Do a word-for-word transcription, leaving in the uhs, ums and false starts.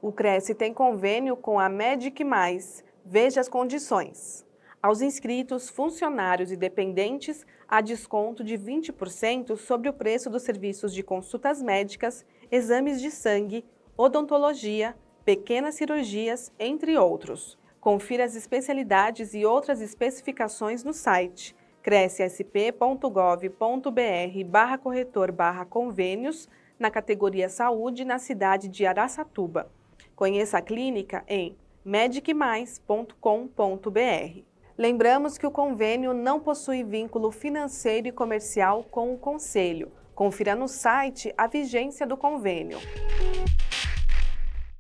O Cresce tem convênio com a Medic Mais. Veja as condições. Aos inscritos, funcionários e dependentes, há desconto de vinte por cento sobre o preço dos serviços de consultas médicas, exames de sangue, odontologia, pequenas cirurgias, entre outros. Confira as especialidades e outras especificações no site crescsp.gov.br barra corretor barra convênios, na categoria Saúde, na cidade de Araçatuba. Conheça a clínica em medic mais ponto com ponto br. Lembramos que o convênio não possui vínculo financeiro e comercial com o Conselho. Confira no site a vigência do convênio.